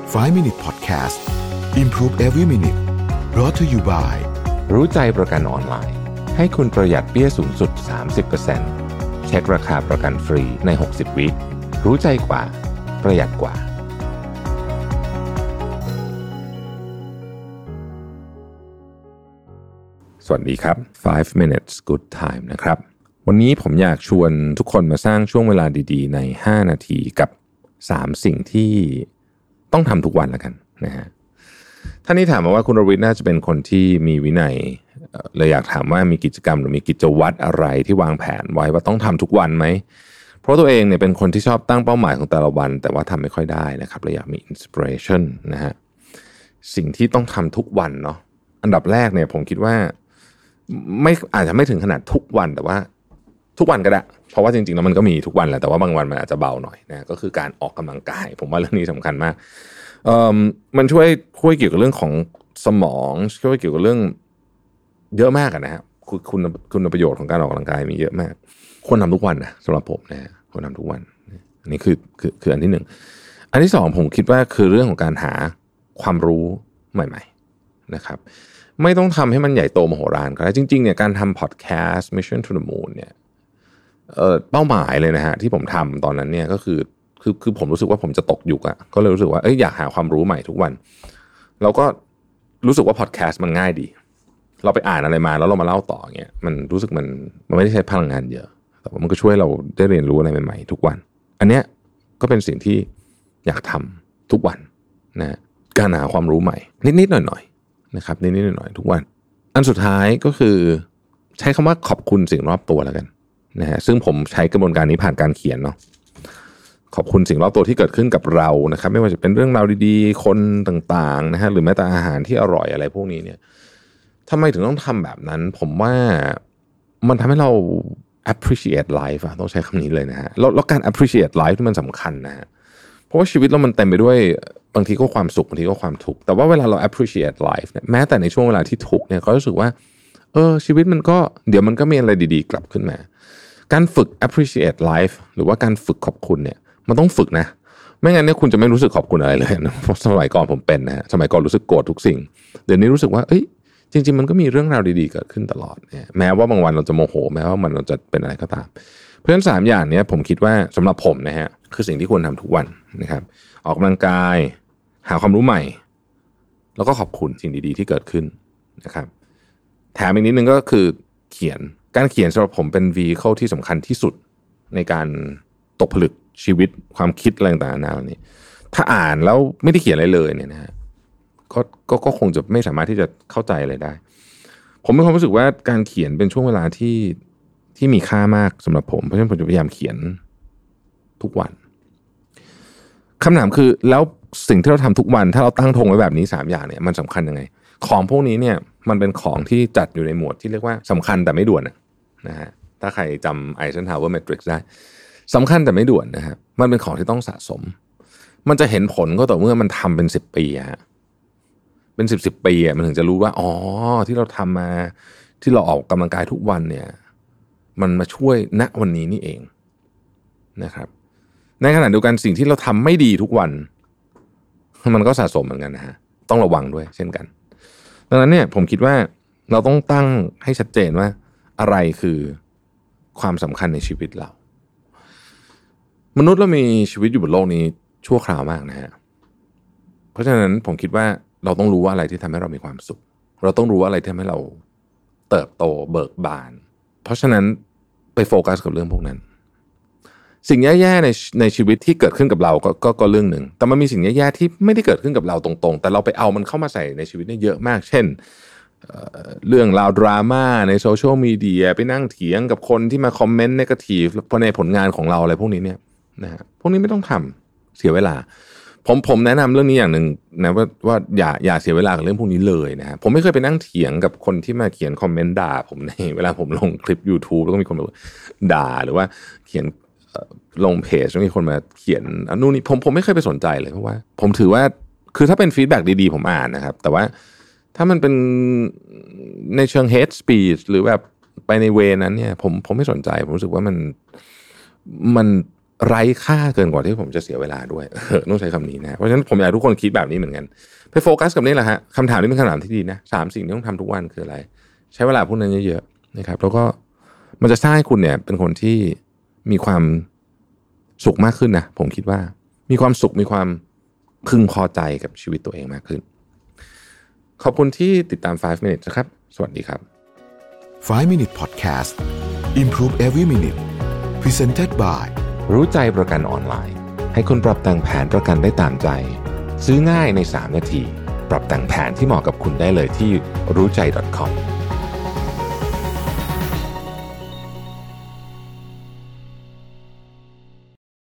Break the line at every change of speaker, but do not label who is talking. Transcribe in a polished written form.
5 Minute Podcast Improve Every Minute brought to you by
รู้ใจประกันออนไลน์ให้คุณประหยัดเบี้ยสูงสุด 30% เช็คราคาประกันฟรีใน60วิรู้ใจกว่าประหยัดกว่าสวัสดีครับ5 minutes good time นะครับวันนี้ผมอยากชวนทุกคนมาสร้างช่วงเวลาดีๆใน5นาทีกับ3สิ่งที่ต้องทำทุกวันแล้วกันนะฮะท่านนี้ถามมาว่าคุณรวิทย์น่าจะเป็นคนที่มีวินัยเลยอยากถามว่ามีกิจกรรมหรือมีกิจวัตรอะไรที่วางแผนไว้ว่าต้องทำทุกวันไหมเพราะตัวเองเนี่ยเป็นคนที่ชอบตั้งเป้าหมายของแต่ละวันแต่ว่าทำไม่ค่อยได้นะครับเลยอยากมีอินสปิเรชันนะฮะสิ่งที่ต้องทำทุกวันเนาะอันดับแรกเนี่ยผมคิดว่าไม่อาจจะไม่ถึงขนาดทุกวันแต่ว่าทุกวันก็ได้เพราะว่าจริงๆแล้วมันก็มีทุกวันแหละแต่ว่าบางวันมันอาจจะเบาหน่อยนะก็คือการออกกำลังกายผมว่าเรื่องนี้สำคัญมากมันช่วยเกี่ยวกับเรื่องของสมองช่วยเกี่ยวกับเรื่องเยอะมากนะฮะคุณประโยชน์ของการออกกำลังกายมีเยอะมากควรทำทุกวันนะสำหรับผมนะควรทำทุกวันอันนี้คืออันที่หนึ่งอันที่สองผมคิดว่าคือเรื่องของการหาความรู้ใหม่ๆนะครับไม่ต้องทำให้มันใหญ่โตมโหฬารก็ได้จริงๆเนี่ยการทำพอดแคสต์ Mission to the Moon เนี่ยเป้าหมายเลยนะฮะที่ผมทำตอนนั้นเนี่ยก็คือผมรู้สึกว่าผมจะตกยุคอะก็เลยรู้สึกว่าอยากหาความรู้ใหม่ทุกวันเราก็รู้สึกว่าพอดแคสต์มันง่ายดีเราไปอ่านอะไรมาแล้วเรามาเล่าต่อเงี้ยมันรู้สึกมันไม่ได้ใช้พลังงานเยอะแต่ว่ามันก็ช่วยเราได้เรียนรู้อะไรใหม่ๆทุกวันอันเนี้ยก็เป็นสิ่งที่อยากทำทุกวันนะการหาความรู้ใหม่นิดๆหน่อยๆนะครับนิดๆหน่อยๆทุกวันอันสุดท้ายก็คือใช้คำว่าขอบคุณสิ่งรอบตัวแล้วกันนะฮะซึ่งผมใช้กระบวนการนี้ผ่านการเขียนเนาะขอบคุณสิ่งรอบตัวที่เกิดขึ้นกับเรานะครับไม่ว่าจะเป็นเรื่องราวดีๆคนต่างๆนะฮะหรือแม้แต่อาหารที่อร่อยอะไรพวกนี้เนี่ยทำไมถึงต้องทำแบบนั้นผมว่ามันทำให้เรา appreciate life ต้องใช้คำนี้เลยนะฮะแล้วการ appreciate life ที่มันสำคัญนะฮะเพราะว่าชีวิตเรามันเต็มไปด้วยบางทีก็ความสุขบางทีก็ความทุกข์แต่ว่าเวลาเรา appreciate life เนี่ยแม้แต่ในช่วงเวลาที่ทุกข์เนี่ยก็รู้สึกว่าชีวิตมันก็เดี๋ยวมันก็มีอะไรดีๆกลับขึ้นมาการฝึก appreciate life หรือว่าการฝึกขอบคุณเนี่ยมันต้องฝึกนะไม่งั้นเนี่ยคุณจะไม่รู้สึกขอบคุณอะไรเลยนะเพราะสมัยก่อนผมเป็นนะฮะสมัยก่อนรู้สึกโกรธทุกสิ่งเดี๋ยวนี้รู้สึกว่าจริงๆมันก็มีเรื่องราวดีๆเกิดขึ้นตลอดเนี่ยแม้ว่าบางวันเราจะโมโหแม้ว่ามันเราจะเป็นอะไรก็ตามเพราะฉะนั้น3อย่างนี้ผมคิดว่าสำหรับผมนะฮะคือสิ่งที่ควรทำทุกวันนะครับออกกำลังกายหาความรู้ใหม่แล้วก็ขอบคุณสิ่งดีๆที่เกิดขึ้นนะครับแถมอีกนิดนึงก็คือการเขียนสำหรับผมเป็น vehicle ที่สำคัญที่สุดในการตกผลึกชีวิตความคิดอะไรต่างๆนานานี้ถ้าอ่านแล้วไม่ได้เขียนอะไรเลยเนี่ยนะฮะก็คงจะไม่สามารถที่จะเข้าใจอะไรได้ผมมีความรู้สึกว่าการเขียนเป็นช่วงเวลาที่มีค่ามากสำหรับผมเพราะฉะนั้นผมจะพยายามเขียนทุกวันคำถามคือแล้วสิ่งที่เราทำทุกวันถ้าเราตั้งธงไว้แบบนี้3อย่างเนี่ยมันสำคัญยังไงของพวกนี้เนี่ยมันเป็นของที่จัดอยู่ในหมวดที่เรียกว่าสำคัญแต่ไม่ด่วนนะฮะถ้าใครจำไอเซนฮาวเวอร์แมทริกซ์ได้สำคัญแต่ไม่ด่วนนะฮะมันเป็นของที่ต้องสะสมมันจะเห็นผลก็ต่อเมื่อมันทำเป็น10 ปีฮะเป็น10 ปีมันถึงจะรู้ว่าที่เราทำมาที่เราออกกำลังกายทุกวันเนี่ยมันมาช่วยณวันนี้นี่เองนะครับในขณะเดียวกันสิ่งที่เราทำไม่ดีทุกวันมันก็สะสมเหมือนกันนะฮะต้องระวังด้วยเช่นกันดังนั้นเนี่ยผมคิดว่าเราต้องตั้งให้ชัดเจนว่าอะไรคือความสำคัญในชีวิตเรามนุษย์เรามีชีวิตอยู่บนโลกนี้ชั่วคราวมากนะฮะเพราะฉะนั้นผมคิดว่าเราต้องรู้ว่าอะไรที่ทำให้เรามีความสุขเราต้องรู้ว่าอะไรที่ทำให้เราเติบโตเบิกบานเพราะฉะนั้นไปโฟกัสกับเรื่องพวกนั้นสิ่งแย่ๆในชีวิตที่เกิดขึ้นกับเราก็เรื่องหนึ่งแต่มันมีสิ่งแย่ๆที่ไม่ได้เกิดขึ้นกับเราตรงๆแต่เราไปเอามันเข้ามาใส่ในชีวิตเนี่ยเยอะมากเช่นเรื่องราวดราม่าในโซเชียลมีเดียไปนั่งเถียงกับคนที่มาคอมเมนต์เนกาทีฟในผลงานของเราอะไรพวกนี้เนี่ยนะฮะพวกนี้ไม่ต้องทำเสียเวลาผมแนะนำเรื่องนี้อย่างหนึ่งนะว่าอย่าเสียเวลากับเรื่องพวกนี้เลยนะฮะผมไม่เคยไปนั่งเถียงกับคนที่มาเขียนคอมเมนต์ด่าผมในเวลาผมลงคลิป YouTube แล้วก็มีคนมาด่าหรือว่าเขียนลงเพจแล้วมีคนมาเขียนนู่นนี่ผมไม่เคยไปสนใจเลยเพราะว่าผมถือว่าคือถ้าเป็นฟีดแบ็กดีๆผมอ่านนะครับแต่ว่าถ้ามันเป็นในเชิง hate speech หรือแบบไปในเวนั้นเนี่ยผมไม่สนใจผมรู้สึกว่ามันไร้ค่าเกินกว่าที่ผมจะเสียเวลาด้วยต้องใช้คำนี้นะเพราะฉะนั้นผมอยากให้ทุกคนคิดแบบนี้เหมือนกันไปโฟกัสกับนี่แหละฮะคำถามนี้เป็นคำถามที่ดีนะ3สิ่งที่ต้องทำทุกวันคืออะไรใช้เวลาพวกนั้นเยอะๆนะครับแล้วก็มันจะสร้างให้คุณเนี่ยเป็นคนที่มีความสุขมากขึ้นนะผมคิดว่ามีความสุขมีความพึงพอใจกับชีวิตตัวเองมากขึ้นขอบคุณที่ติดตาม5 minutes นะครับสวัสดีครับ
5 Minute Podcast Improve Every Minute Presented by
รู้ใจประกันออนไลน์ให้คุณปรับแต่งแผนประกันได้ตามใจซื้อง่ายใน3 นาทีปรับแต่งแผนที่เหมาะกับคุณได้เลยที่รู้ใจ .com